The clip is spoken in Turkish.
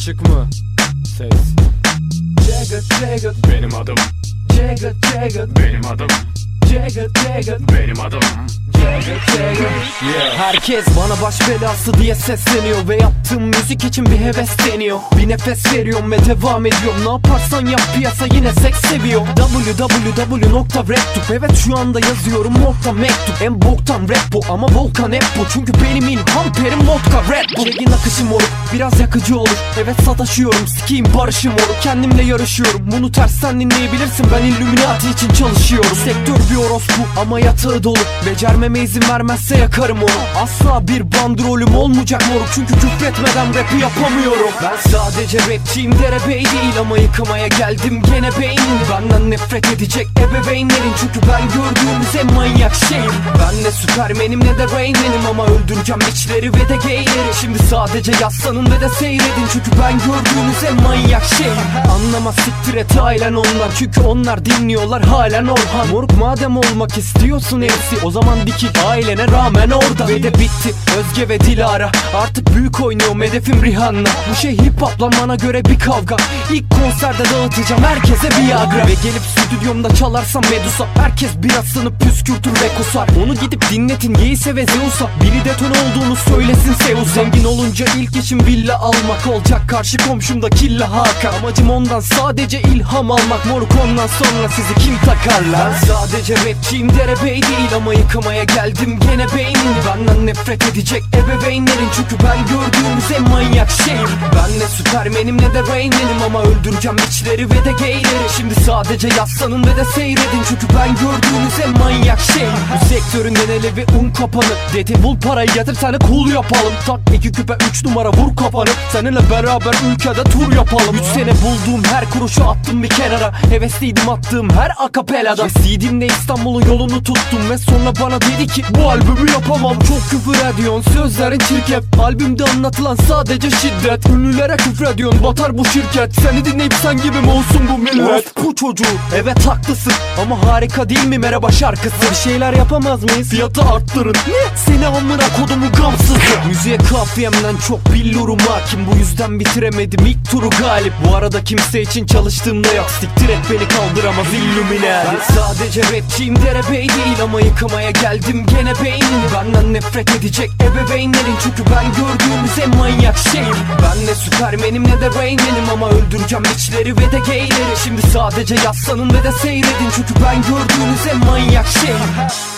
Açık mı? Ses. Jagged, Benim adım. Jagged, Benim adım. Jagged, Benim adım. yeah. Herkes bana baş belası diye sesleniyor ve yaptığım müzik için bir heves deniyor. Bir nefes veriyorum ve devam ediyorum. Ne yaparsan yap, piyasa yine seks seviyor. www.raptube. Evet şu anda yazıyorum nokta mektup. En boktan rap bu ama volkan hep bu. Çünkü benim ilham perim vodka rap bu. Çekin akışı moruk, biraz yakıcı olur. Evet sataşıyorum, sikiyim barışı moruk. Kendimle yarışıyorum, bunu tersten dinleyebilirsin. Ben Illuminati için çalışıyorum. Sektör bir orospu ama yatağı dolu. Becermeme izin vermezse yakarım onu. Asla bir bandrolüm olmayacak moruk. Çünkü küfretmeden rap'i yapamıyorum. Ben sadece rapçiyim, derebey değil. Ama yıkamaya geldim gene beynini. Benden nefret edecek ebeveynlerin. Çünkü ben gördüğünüz en manyak şeyim. Ben ne Süpermen'im ne de Rain Man'im. Ama öldüreceğim içleri ve de gayleri. Şimdi sadece yaslanın ve de seyredin. Çünkü ben gördüğünüz en manyak şeyim. Anlamaz siktir et ailen ondan. Çünkü onlar dinliyorlar halen Orhan. Moruk madem olmak istiyorsun MC, o zaman dikil ailene rağmen orada. Ve de bitti Özge ve Dilara. Artık büyük oynuyorum, hedefim Rihanna. Bu şey hip hop'la bana göre bir kavga. İlk konserde dağıtacağım herkese Viagra. Ve gelip stüdyomda çalarsam Medusa, herkes birasını püskürtür ve kusar. Onu gidip dinletin Yeis'e ve Zeus'a. Biri detone olduğunu söylesin Zeus. Zengin olunca ilk işim villa almak olacak. Karşı komşumda Killa Hakan. Amacım ondan sadece ilham almak moruk. Ondan sonra sizi kim takarlar? Ben sadece rapçiyim, derebey değil. Ama yıkamaya geldim gene beynini. Benden nefret edecek ebeveynlerin. Çünkü ben gördüğünüz en manyak şeyim. Ben ne Süpermen'im ne de Rain Man'im. Ama öldüreceğim içleri ve de gayleri. Şimdi sadece yaslanın ve de seyredin. Çünkü ben gördüğünüz en manyak şeyim. Bu sektörün geneli bir un kapanı. Dedi bul parayı getir seni cool yapalım. Tak 2 küpe 3 numara vur kafanı. Seninle beraber ülkede tur yapalım. 3 sene bulduğum her kuruşu attım bir kenara. Hevesliydim attığım her akapelada. Ve CD'mde İstanbul'un yolunu tuttum. Ve sonra bana dedi ki bu albümü yapamam. Çok küfür ediyorsun, sözlerin çirkef. Albümde anlatılan sadece şiddet. Ünlülere küfür ediyorsun, batar bu şirket. Seni dinleyip sen gibi mi olsun bu millet? Bu çocuğu, evet haklısın. Ama harika değil mi merhaba şarkısı? Bir şeyler yapamaz mıyız? Fiyatı arttırın. Ne? Seni amına kodumu gamsızı. Müziğe kafiyemden çok billurum hakim. Bu yüzden bitiremedim ilk turu galip. Bu arada kimse için çalıştığımda yok. Siktir et beni kaldıramaz Illuminati. Ben sadece rapçiyim, derebey değil. Ama yıkamaya geldim gene beynini. Benden nefret edecek ebeveynlerin. Çünkü ben gördüğünüz en manyak şeyim. Ben ne Süpermen'im ne de Rain Man'im. Ama öldüreceğim içleri ve de gayleri. Şimdi sadece yaslanın ve de seyredin. Çünkü ben gördüğünüz en manyak şeyim.